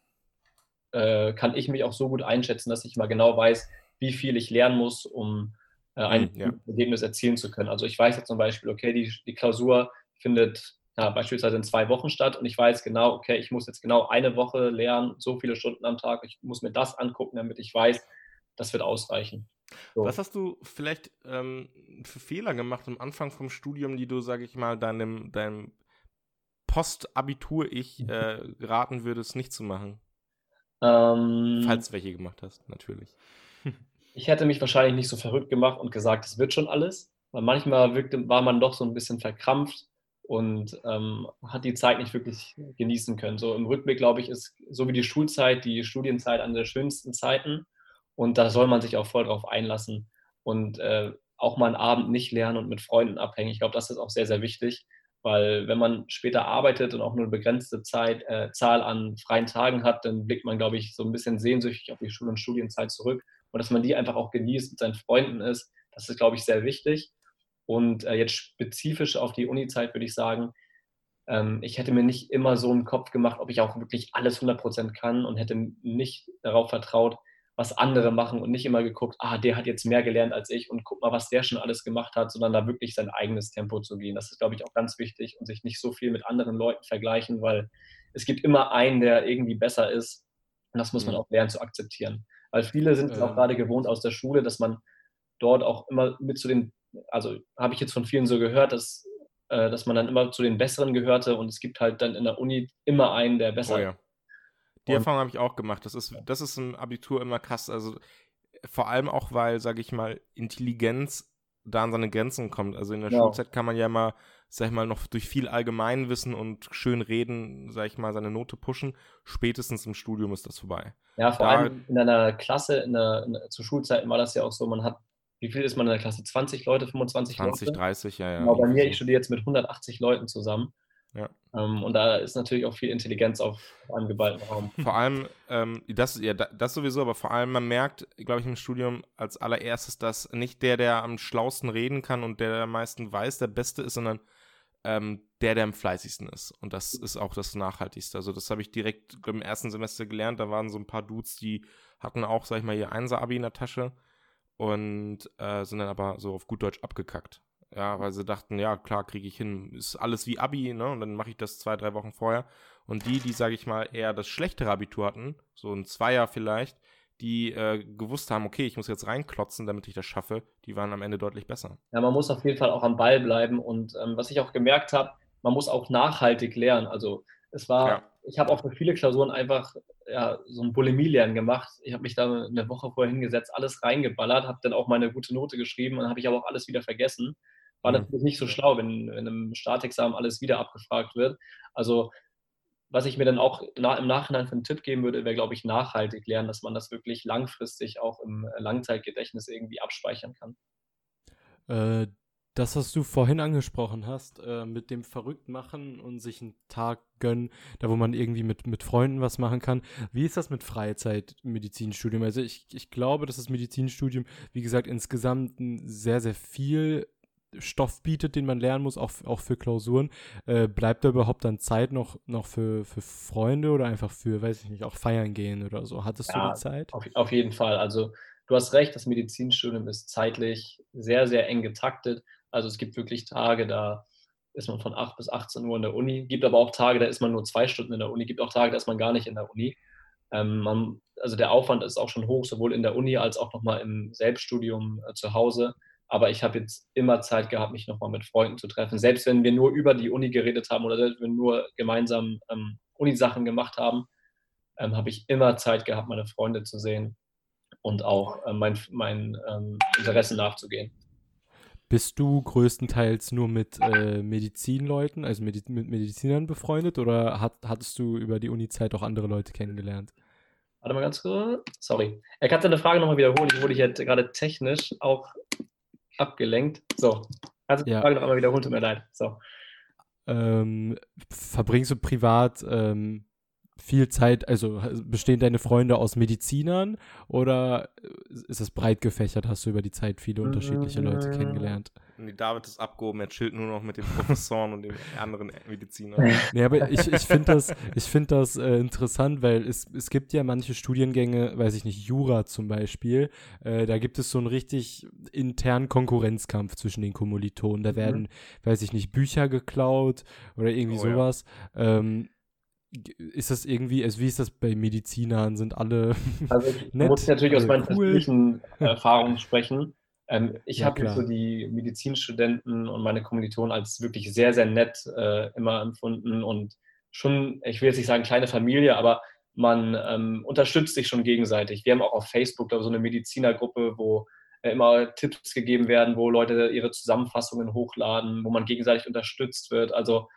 äh, kann ich mich auch so gut einschätzen, dass ich mal genau weiß, wie viel ich lernen muss, um äh, ein Mm, ja. Ergebnis erzielen zu können. Also ich weiß jetzt zum Beispiel, okay, die, die Klausur findet ja, beispielsweise in zwei Wochen statt und ich weiß genau, okay, ich muss jetzt genau eine Woche lernen, so viele Stunden am Tag, ich muss mir das angucken, damit ich weiß, das wird ausreichen. So. Was hast du vielleicht ähm, für Fehler gemacht am Anfang vom Studium, die du, sage ich mal, deinem, deinem Post-Abitur-Ich äh, raten würdest, nicht zu machen? Ähm, Falls du welche gemacht hast, natürlich. Ich hätte mich wahrscheinlich nicht so verrückt gemacht und gesagt, es wird schon alles. Weil manchmal wirkte, war man doch so ein bisschen verkrampft und ähm, hat die Zeit nicht wirklich genießen können. So im Rückblick, glaube ich, ist so wie die Schulzeit, die Studienzeit eine der schönsten Zeiten. Und da soll man sich auch voll drauf einlassen und äh, auch mal einen Abend nicht lernen und mit Freunden abhängen. Ich glaube, das ist auch sehr, sehr wichtig, weil wenn man später arbeitet und auch nur eine begrenzte Zeit, äh, Zahl an freien Tagen hat, dann blickt man, glaube ich, so ein bisschen sehnsüchtig auf die Schul- und Studienzeit zurück und dass man die einfach auch genießt, mit seinen Freunden ist. Das ist, glaube ich, sehr wichtig. Und äh, jetzt spezifisch auf die Uni-Zeit würde ich sagen, ähm, ich hätte mir nicht immer so einen Kopf gemacht, ob ich auch wirklich alles hundert Prozent kann und hätte nicht darauf vertraut, was andere machen und nicht immer geguckt, ah, der hat jetzt mehr gelernt als ich und guck mal, was der schon alles gemacht hat, sondern da wirklich sein eigenes Tempo zu gehen. Das ist, glaube ich, auch ganz wichtig und sich nicht so viel mit anderen Leuten vergleichen, weil es gibt immer einen, der irgendwie besser ist und das muss man Mhm. auch lernen zu akzeptieren. Weil viele sind es auch Ähm. gerade gewohnt aus der Schule, dass man dort auch immer mit zu den, also habe ich jetzt von vielen so gehört, dass, äh, dass man dann immer zu den Besseren gehörte und es gibt halt dann in der Uni immer einen, der besser Oh ist. ja. Die Und- Erfahrung habe ich auch gemacht. Das ist, das ist im Abitur immer krass. Also vor allem auch, weil, sage ich mal, Intelligenz da an seine Grenzen kommt. Also in der Ja. Schulzeit kann man ja mal, sag ich mal, noch durch viel Allgemeinwissen und schön reden, sag ich mal, seine Note pushen. Spätestens im Studium ist das vorbei. Ja, vor Da- allem in einer Klasse, in der, in der, zu Schulzeiten war das ja auch so, man hat, wie viel ist man in der Klasse? zwanzig Leute, fünfundzwanzig zwanzig, Leute? dreißig, ja, ja. Genau, bei irgendwie mir, so. ich studiere jetzt mit hundertachtzig Leuten zusammen. Ja. Ähm, und da ist natürlich auch viel Intelligenz auf einem geballten Raum. Vor allem, ähm, das, ja, da- das sowieso, aber vor allem, man merkt, glaube ich, im Studium als allererstes, dass nicht der, der am schlausten reden kann und der, der am meisten weiß, der Beste ist, sondern ähm, der, der am fleißigsten ist. Und das ist auch das Nachhaltigste. Also das habe ich direkt im ersten Semester gelernt. Da waren so ein paar Dudes, die hatten auch, sag ich mal, ihr Einser-Abi in der Tasche und äh, sind dann aber so auf gut Deutsch abgekackt. Ja, weil sie dachten, ja, klar, kriege ich hin. Ist alles wie Abi, ne? Und dann mache ich das zwei, drei Wochen vorher. Und die, die, sage ich mal, eher das schlechtere Abitur hatten, so ein Zweier vielleicht, die äh, gewusst haben, okay, ich muss jetzt reinklotzen, damit ich das schaffe, die waren am Ende deutlich besser. Ja, man muss auf jeden Fall auch am Ball bleiben. Und ähm, was ich auch gemerkt habe, man muss auch nachhaltig lernen. Also es war, Ja. ich habe auch für viele Klausuren einfach ja, so ein Bulimie-Lernen gemacht. Ich habe mich da eine Woche vorher hingesetzt, alles reingeballert, habe dann auch meine gute Note geschrieben und dann habe ich aber auch alles wieder vergessen. War Mhm. natürlich nicht so schlau, wenn, wenn im Startexamen alles wieder abgefragt wird. Also was ich mir dann auch na, im Nachhinein für einen Tipp geben würde, wäre, glaube ich, nachhaltig lernen, dass man das wirklich langfristig auch im Langzeitgedächtnis irgendwie abspeichern kann. Äh, das, was du vorhin angesprochen hast, äh, mit dem Verrücktmachen und sich einen Tag gönnen, da wo man irgendwie mit, mit Freunden was machen kann. Wie ist das mit Freizeit-Medizinstudium? Also ich, ich glaube, dass das Medizinstudium, wie gesagt, insgesamt ein sehr, sehr viel Stoff bietet, den man lernen muss, auch, auch für Klausuren. Äh, bleibt da überhaupt dann Zeit noch, noch für, für Freunde oder einfach für, weiß ich nicht, auch feiern gehen oder so? Hattest du Ja, die Zeit? auf, auf jeden Fall. Also du hast recht, das Medizinstudium ist zeitlich sehr, sehr eng getaktet. Also es gibt wirklich Tage, da ist man von acht bis achtzehn Uhr in der Uni. Gibt aber auch Tage, da ist man nur zwei Stunden in der Uni. Gibt auch Tage, da ist man gar nicht in der Uni. Ähm, man, also der Aufwand ist auch schon hoch, sowohl in der Uni als auch nochmal im Selbststudium äh, zu Hause. Aber ich habe jetzt immer Zeit gehabt, mich nochmal mit Freunden zu treffen. Selbst wenn wir nur über die Uni geredet haben oder selbst wenn wir nur gemeinsam ähm, Unisachen gemacht haben, ähm, habe ich immer Zeit gehabt, meine Freunde zu sehen und auch ähm, mein, mein ähm, Interessen nachzugehen. Bist du größtenteils nur mit äh, Medizinleuten, also Medi mit Medizinern befreundet oder hat, hattest du über die Uni-Zeit auch andere Leute kennengelernt? Warte mal ganz kurz. Sorry. Er kann seine Frage nochmal wiederholen. Ich wurde hier gerade technisch auch abgelenkt. So. Kannst du die Ja, Frage noch einmal wiederholen? Tut mir leid. So. ähm, verbringst du privat ähm, viel Zeit, also bestehen deine Freunde aus Medizinern oder ist es breit gefächert? Hast du über die Zeit viele unterschiedliche Leute kennengelernt? Nee, David ist abgehoben, er chillt nur noch mit den Professoren und den anderen Medizinern. Nee, aber ich, ich finde das, ich find das äh, interessant, weil es, es gibt ja manche Studiengänge, weiß ich nicht, Jura zum Beispiel, äh, da gibt es so einen richtig internen Konkurrenzkampf zwischen den Kommilitonen. Da Mhm. werden, weiß ich nicht, Bücher geklaut oder irgendwie Oh, sowas. Ähm, g- ist das irgendwie, also wie ist das bei Medizinern? Sind alle Also ich nett, muss natürlich aus alle meinen cool? persönlichen Erfahrungen sprechen. Ähm, ich Ja, habe jetzt so klar. die Medizinstudenten und meine Kommilitonen als wirklich sehr, sehr nett äh, immer empfunden und schon, ich will jetzt nicht sagen kleine Familie, aber man ähm, unterstützt sich schon gegenseitig. Wir haben auch auf Facebook da so eine Medizinergruppe, wo äh, immer Tipps gegeben werden, wo Leute ihre Zusammenfassungen hochladen, wo man gegenseitig unterstützt wird. Also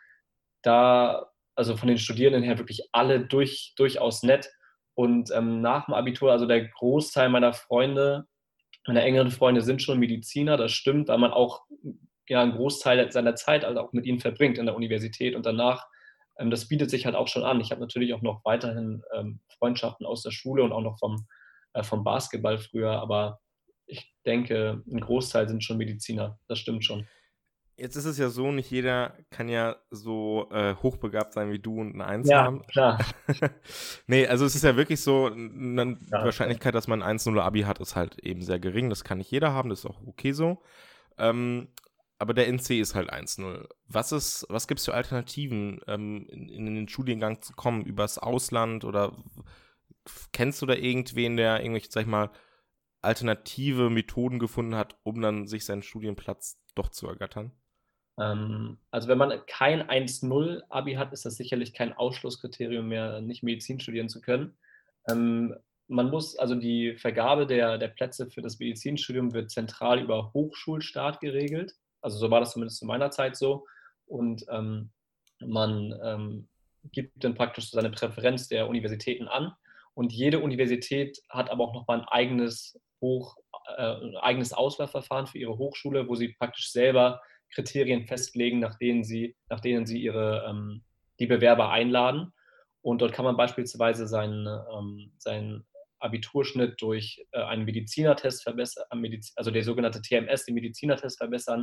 da, also von den Studierenden her wirklich alle durch, durchaus nett. Und ähm, nach dem Abitur, also der Großteil meiner Freunde, meine engeren Freunde sind schon Mediziner, das stimmt, weil man auch ja, einen Großteil seiner Zeit also auch mit ihnen verbringt in der Universität und danach. Ähm, das bietet sich halt auch schon an. Ich habe natürlich auch noch weiterhin ähm, Freundschaften aus der Schule und auch noch vom, äh, vom Basketball früher, aber ich denke, ein Großteil sind schon Mediziner. Das stimmt schon. Jetzt ist es ja so, nicht jeder kann ja so äh, hochbegabt sein wie du und eine Eins Ja, haben. klar. Nee, also es ist ja wirklich so, n- die Ja, Wahrscheinlichkeit, dass man ein eins null Abi hat, ist halt eben sehr gering. Das kann nicht jeder haben, das ist auch okay so. Ähm, aber der N C ist halt eins null. Was ist, was gibt es für Alternativen, ähm, in, in den Studiengang zu kommen, übers Ausland oder f- kennst du da irgendwen, der irgendwelche, sag ich mal, alternative Methoden gefunden hat, um dann sich seinen Studienplatz doch zu ergattern? Ähm, also wenn man kein eins null Abi hat, ist das sicherlich kein Ausschlusskriterium mehr, nicht Medizin studieren zu können. Ähm, man muss, also die Vergabe der, der Plätze für das Medizinstudium wird zentral über Hochschulstaat geregelt. Also so war das zumindest zu meiner Zeit so. Und ähm, man ähm, gibt dann praktisch seine Präferenz der Universitäten an. Und jede Universität hat aber auch nochmal ein eigenes Hoch, äh, ein eigenes Auswahlverfahren für ihre Hochschule, wo sie praktisch selber Kriterien festlegen, nach denen sie, nach denen sie ihre, ähm, die Bewerber einladen. Und dort kann man beispielsweise seinen, ähm, seinen Abiturschnitt durch äh, einen Medizinertest verbessern, also der sogenannte T M S, den Medizinertest verbessern.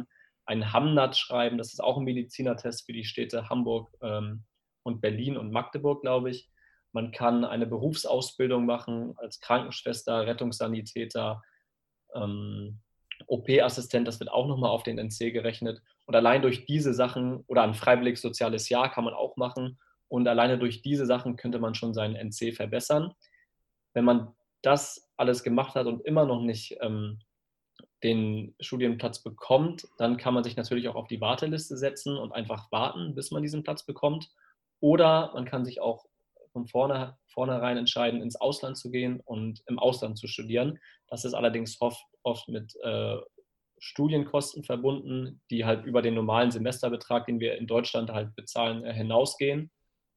einen HAMNAT schreiben. Das ist auch ein Medizinertest für die Städte Hamburg ähm, und Berlin und Magdeburg, glaube ich. Man kann eine Berufsausbildung machen als Krankenschwester, Rettungssanitäter, ähm, O P-Assistent, das wird auch nochmal auf den N C gerechnet. Und allein durch diese Sachen oder ein freiwilliges soziales Jahr kann man auch machen. Und alleine durch diese Sachen könnte man schon seinen N C verbessern. Wenn man das alles gemacht hat und immer noch nicht ähm, den Studienplatz bekommt, dann kann man sich natürlich auch auf die Warteliste setzen und einfach warten, bis man diesen Platz bekommt. Oder man kann sich auch von vorne, vornherein entscheiden, ins Ausland zu gehen und im Ausland zu studieren. Das ist allerdings oft, oft mit äh, Studienkosten verbunden, die halt über den normalen Semesterbetrag, den wir in Deutschland halt bezahlen, äh, hinausgehen.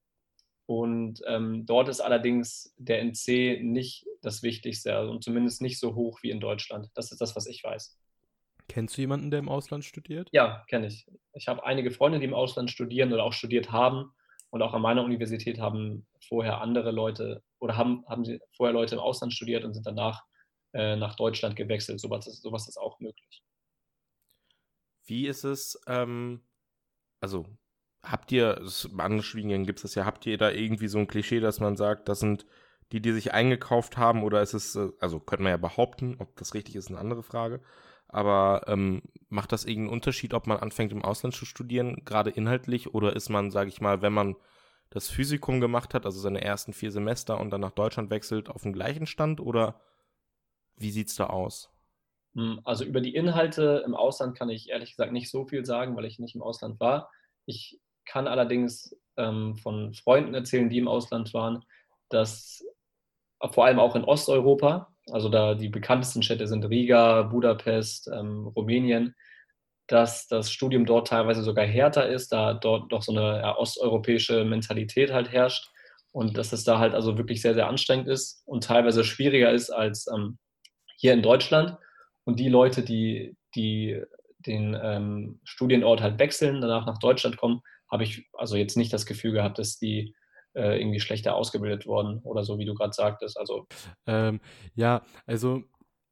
Und ähm, dort ist allerdings der N C nicht das Wichtigste, also zumindest nicht so hoch wie in Deutschland. Das ist das, was ich weiß. Kennst du jemanden, der im Ausland studiert? Ja, kenne ich. Ich habe einige Freunde, die im Ausland studieren oder auch studiert haben. Und auch an meiner Universität haben vorher andere Leute oder haben, haben sie vorher Leute im Ausland studiert und sind danach äh, nach Deutschland gewechselt. Sowas ist, sowas ist auch möglich. Wie ist es, ähm, also habt ihr, bei anderen Studiengängen gibt es das ja, habt ihr da irgendwie so ein Klischee, dass man sagt, das sind die, die sich eingekauft haben, oder ist es, also könnte man ja behaupten, ob das richtig ist, eine andere Frage, aber ähm, macht das irgendeinen Unterschied, ob man anfängt im Ausland zu studieren, gerade inhaltlich, oder ist man, sage ich mal, wenn man das Physikum gemacht hat, also seine ersten vier Semester und dann nach Deutschland wechselt, auf dem gleichen Stand, oder wie sieht es da aus? Also über die Inhalte im Ausland kann ich ehrlich gesagt nicht so viel sagen, weil ich nicht im Ausland war. Ich kann allerdings ähm, von Freunden erzählen, die im Ausland waren, dass vor allem auch in Osteuropa, also da die bekanntesten Städte sind Riga, Budapest, ähm, Rumänien, dass das Studium dort teilweise sogar härter ist, da dort doch so eine ja, osteuropäische Mentalität halt herrscht und dass es da halt also wirklich sehr, sehr anstrengend ist und teilweise schwieriger ist als ähm, hier in Deutschland. Und die Leute, die, die den ähm, Studienort halt wechseln, danach nach Deutschland kommen, habe ich also jetzt nicht das Gefühl gehabt, dass die äh, irgendwie schlechter ausgebildet worden oder so, wie du gerade sagtest. Also Ähm, ja, also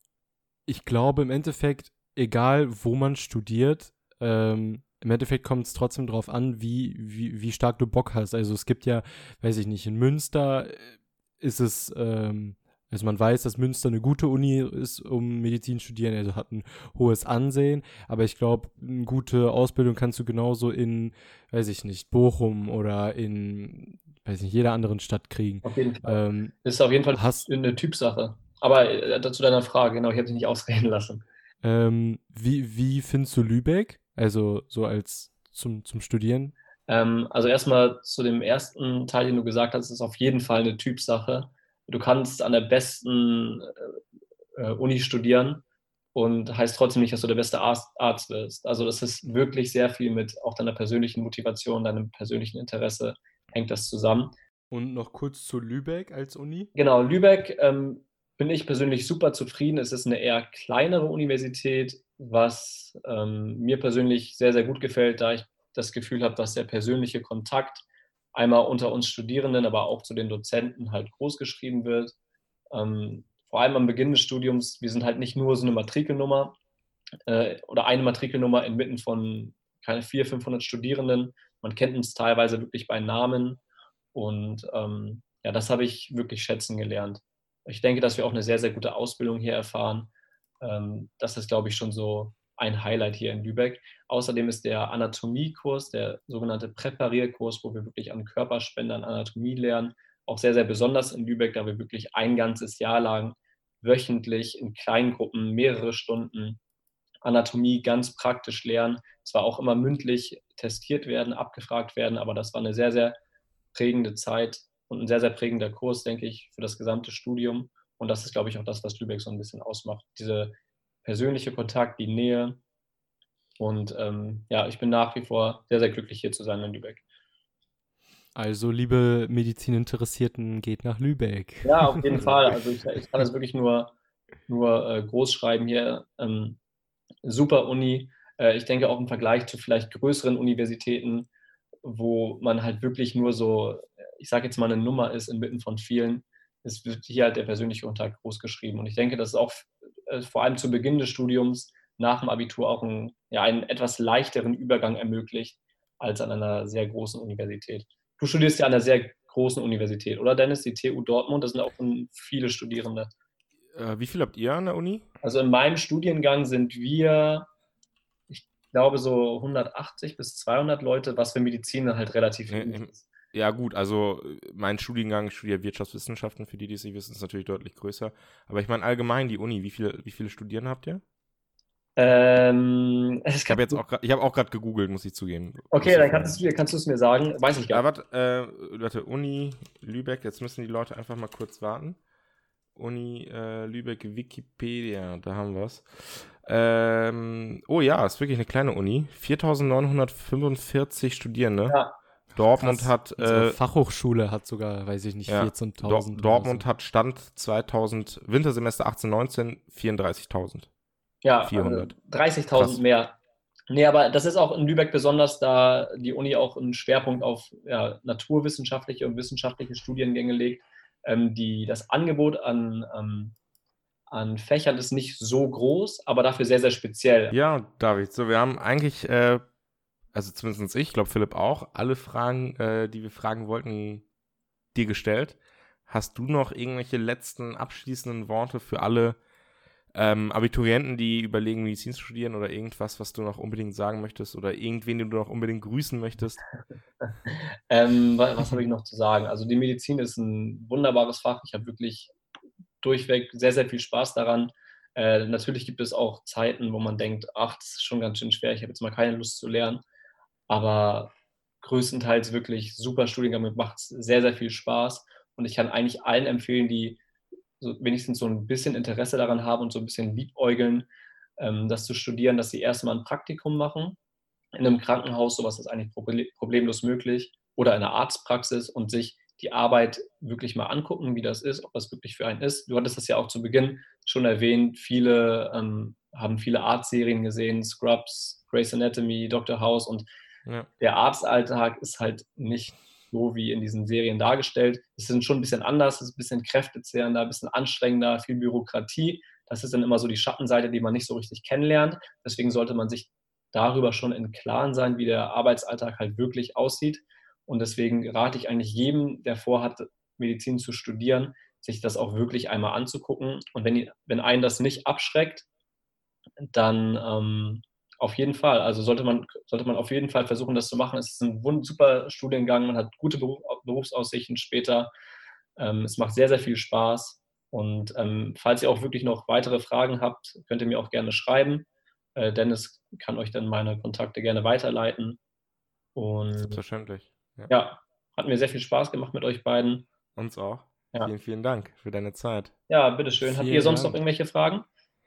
ich glaube im Endeffekt, egal wo man studiert, ähm, im Endeffekt kommt es trotzdem darauf an, wie, wie, wie stark du Bock hast. Also es gibt ja, weiß ich nicht, in Münster ist es, ähm, also man weiß, dass Münster eine gute Uni ist, um Medizin zu studieren, also hat ein hohes Ansehen, aber ich glaube, eine gute Ausbildung kannst du genauso in, weiß ich nicht, Bochum oder in, weiß nicht, jeder anderen Stadt kriegen. auf jeden Fall. Ähm, Das ist auf jeden Fall hast, eine Typsache. Aber äh, zu deiner Frage, genau, ich habe dich nicht ausreden lassen. ähm, wie, wie findest du Lübeck? Also so als zum, zum Studieren? Ähm, also erstmal zu dem ersten Teil, den du gesagt hast, ist auf jeden Fall eine Typsache. Du kannst an der besten äh, Uni studieren und heißt trotzdem nicht, dass du der beste Arzt, Arzt wirst. Also das ist wirklich sehr viel mit auch deiner persönlichen Motivation, deinem persönlichen Interesse hängt das zusammen. Und noch kurz zu Lübeck als Uni? Genau, Lübeck ähm, bin ich persönlich super zufrieden. Es ist eine eher kleinere Universität, was ähm, mir persönlich sehr, sehr gut gefällt, da ich das Gefühl habe, dass der persönliche Kontakt einmal unter uns Studierenden, aber auch zu den Dozenten halt groß geschrieben wird. Ähm, vor allem am Beginn des Studiums, wir sind halt nicht nur so eine Matrikelnummer äh, oder eine Matrikelnummer inmitten von keine vierhundert, fünfhundert Studierenden. Man kennt uns teilweise wirklich bei Namen und ähm, ja, das habe ich wirklich schätzen gelernt. Ich denke, dass wir auch eine sehr, sehr gute Ausbildung hier erfahren. Ähm, das ist, glaube ich, schon so ein Highlight hier in Lübeck. Außerdem ist der Anatomiekurs, der sogenannte Präparierkurs, wo wir wirklich an Körperspendern Anatomie lernen, auch sehr, sehr besonders in Lübeck, da wir wirklich ein ganzes Jahr lang wöchentlich in kleinen Gruppen mehrere Stunden Anatomie ganz praktisch lernen. Zwar auch immer mündlich testiert werden, abgefragt werden, aber das war eine sehr, sehr prägende Zeit und ein sehr, sehr prägender Kurs, denke ich, für das gesamte Studium. Und das ist, glaube ich, auch das, was Lübeck so ein bisschen ausmacht. Diese persönliche Kontakt, die Nähe. Und ähm, ja, ich bin nach wie vor sehr, sehr glücklich, hier zu sein in Lübeck. Also, liebe Medizininteressierten, geht nach Lübeck. Ja, auf jeden Fall. Also ich, ich kann das wirklich nur, nur äh, groß schreiben hier. Ähm, super Uni. Äh, ich denke auch im Vergleich zu vielleicht größeren Universitäten, wo man halt wirklich nur so, ich sage jetzt mal, eine Nummer ist inmitten von vielen, es wird hier halt der persönliche Kontakt groß geschrieben. Und ich denke, das ist auch äh, vor allem zu Beginn des Studiums nach dem Abitur auch einen, ja, einen etwas leichteren Übergang ermöglicht als an einer sehr großen Universität. Du studierst ja an einer sehr großen Universität, oder Dennis? Die T U Dortmund, das sind auch viele Studierende. Äh, wie viel habt ihr an der Uni? Also in meinem Studiengang sind wir, ich glaube, so hundertachtzig bis zweihundert Leute, was für Medizin dann halt relativ Nee, wenig im- ist. Ja gut, also äh, mein Studiengang, ich studiere Wirtschaftswissenschaften, für die, die es nicht wissen, ist natürlich deutlich größer. Aber ich meine allgemein die Uni, wie viele, wie viele Studierende habt ihr? Ähm, es Ich habe jetzt auch grad, ich habe auch gerade gegoogelt, muss ich zugeben. Okay, dann kannst du, kannst du es mir sagen. Weiß ich gar Ja, nicht. warte, äh, warte, Uni Lübeck, jetzt müssen die Leute einfach mal kurz warten. Uni äh, Lübeck, Wikipedia, da haben wir es. Ähm, oh ja, ist wirklich eine kleine Uni. viertausendneunhundertfünfundvierzig Studierende. Ja. Dortmund Krass. hat, Unsere äh, Fachhochschule hat sogar, weiß ich nicht, ja, Dor vierzehntausend. Dortmund oder so. hat Stand zweitausend, Wintersemester achtzehn neunzehn, vierunddreißigtausend. Ja, vierhundert. also dreißigtausend Krass. mehr. Nee, aber das ist auch in Lübeck besonders, da die Uni auch einen Schwerpunkt auf ja, naturwissenschaftliche und wissenschaftliche Studiengänge legt. Ähm, die, das Angebot an, ähm, an Fächern ist nicht so groß, aber dafür sehr, sehr speziell. Ja, David, so, wir haben eigentlich, äh, also zumindest ich, ich glaube Philipp auch, alle Fragen, äh, die wir fragen wollten, dir gestellt. Hast du noch irgendwelche letzten abschließenden Worte für alle ähm, Abiturienten, die überlegen, Medizin zu studieren oder irgendwas, was du noch unbedingt sagen möchtest oder irgendwen, den du noch unbedingt grüßen möchtest? Ähm, was was habe ich noch zu sagen? Also die Medizin ist ein wunderbares Fach. Ich habe wirklich durchweg sehr, sehr viel Spaß daran. Äh, natürlich gibt es auch Zeiten, wo man denkt, ach, das ist schon ganz schön schwer, ich habe jetzt mal keine Lust zu lernen. Aber größtenteils wirklich super Studiengang, mir macht es sehr, sehr viel Spaß. Und ich kann eigentlich allen empfehlen, die so wenigstens so ein bisschen Interesse daran haben und so ein bisschen liebäugeln, ähm, das zu studieren, dass sie erstmal ein Praktikum machen in einem Krankenhaus, sowas ist eigentlich proble- problemlos möglich, oder in einer Arztpraxis und sich die Arbeit wirklich mal angucken, wie das ist, ob das wirklich für einen ist. Du hattest das ja auch zu Beginn schon erwähnt, viele ähm, haben viele Arztserien gesehen, Scrubs, Grey's Anatomy, Doctor House, und Ja. der Arztalltag ist halt nicht so wie in diesen Serien dargestellt. Es ist schon ein bisschen anders, es ist ein bisschen kräftezehrender, ein bisschen anstrengender, viel Bürokratie. Das ist dann immer so die Schattenseite, die man nicht so richtig kennenlernt. Deswegen sollte man sich darüber schon im Klaren sein, wie der Arbeitsalltag halt wirklich aussieht. Und deswegen rate ich eigentlich jedem, der vorhat, Medizin zu studieren, sich das auch wirklich einmal anzugucken. Und wenn, wenn einen das nicht abschreckt, dann ähm, auf jeden Fall. Also sollte man, sollte man auf jeden Fall versuchen, das zu machen. Es ist ein wund- super Studiengang, man hat gute Beruf, Berufsaussichten später. Ähm, es macht sehr, sehr viel Spaß. Und ähm, falls ihr auch wirklich noch weitere Fragen habt, könnt ihr mir auch gerne schreiben. Äh, Dennis kann euch dann meine Kontakte gerne weiterleiten. Und Selbstverständlich. Ja. ja, hat mir sehr viel Spaß gemacht mit euch beiden. Uns auch. Ja. Vielen, vielen Dank für deine Zeit. Ja, bitteschön. Habt Vielen ihr sonst Dank. noch irgendwelche Fragen?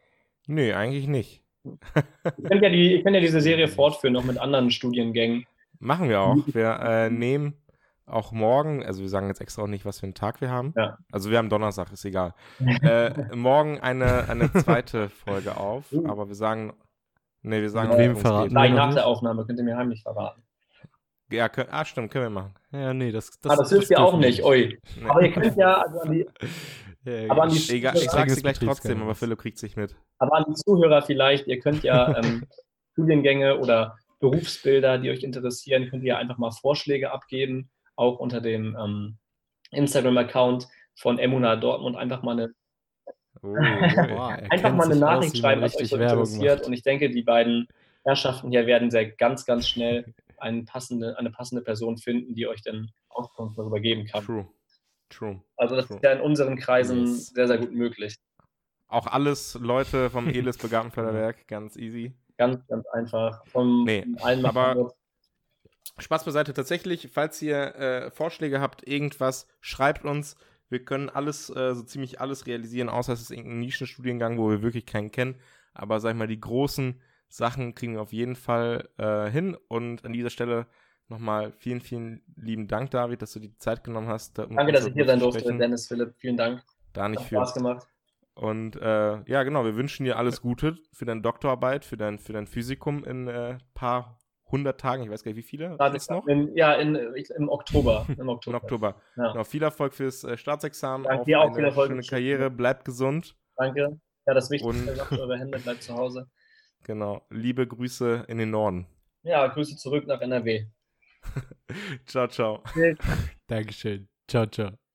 Nö, eigentlich nicht. Ihr könnt ja, die, ihr könnt ja diese Serie fortführen, noch mit anderen Studiengängen. Machen wir auch. Wir äh, nehmen auch morgen, also wir sagen jetzt extra auch nicht, was für einen Tag wir haben. Ja. Also wir haben Donnerstag, ist egal. äh, morgen eine, eine zweite Folge auf, Uh. aber wir sagen, nee, wir sagen, Ja, auch, wem worum es verraten geht. wir? Gleich noch nach nicht? der Aufnahme könnt ihr mir heimlich verraten. Ja, können, ah, stimmt, können wir machen. Ja, nee, das, Das, ah, das dürft ihr auch dürfen wir nicht, ui. Nee. Aber ihr könnt ja, also an die, Ja, aber an die, Egal, ich sag's Strenges dir gleich trotzdem, Betriebsgeheimnis. aber Philipp kriegt sich mit. aber an die Zuhörer vielleicht, ihr könnt ja ähm, Studiengänge oder Berufsbilder, die euch interessieren, könnt ihr einfach mal Vorschläge abgeben, auch unter dem ähm, Instagram-Account von Emuna Dortmund einfach mal eine, Oh, Boah, er einfach kennt mal eine sich aus, Nachricht wie man schreiben, was euch richtig so Werbung interessiert. macht. Und ich denke, die beiden Herrschaften hier werden sehr ganz, ganz schnell eine passende, eine passende Person finden, die euch dann Auskunft darüber geben kann. True. True. Also das True. ist ja in unseren Kreisen Yes. sehr, sehr gut möglich. Auch alles Leute vom Elis Begabtenförderwerk, ganz easy. Ganz, ganz einfach. Vom, Nee, von allen aber- machen Spaß beiseite, tatsächlich, falls ihr äh, Vorschläge habt, irgendwas, schreibt uns. Wir können alles, äh, so ziemlich alles realisieren, außer es ist irgendein Nischenstudiengang, wo wir wirklich keinen kennen. Aber sag ich mal, die großen Sachen kriegen wir auf jeden Fall äh, hin. Und an dieser Stelle nochmal vielen, vielen lieben Dank, David, dass du die Zeit genommen hast. Da, um Danke, uns dass ich hier sein darüber zu durfte, sprechen. Dennis, Philipp. Vielen Dank. Da nicht Hat für. Spaß gemacht. Und äh, ja, genau, wir wünschen dir alles Gute für deine Doktorarbeit, für dein, für dein Physikum in ein äh, paar hundert Tagen. Ich weiß gar nicht, wie viele Warte, ist noch? In, ja, in, ich, im Oktober. Im Im Oktober. Oktober. Ja. Genau, viel Erfolg fürs äh, Staatsexamen. Danke auf dir auch, eine viel Erfolg schöne im Karriere. Studium. Bleib gesund. Danke. Ja, das Wichtigste, Und- macht eure Hände, bleibt zu Hause. Genau. Liebe Grüße in den Norden. Ja, Grüße zurück nach N R W. Ciao, ciao. Dankeschön. Ciao, ciao.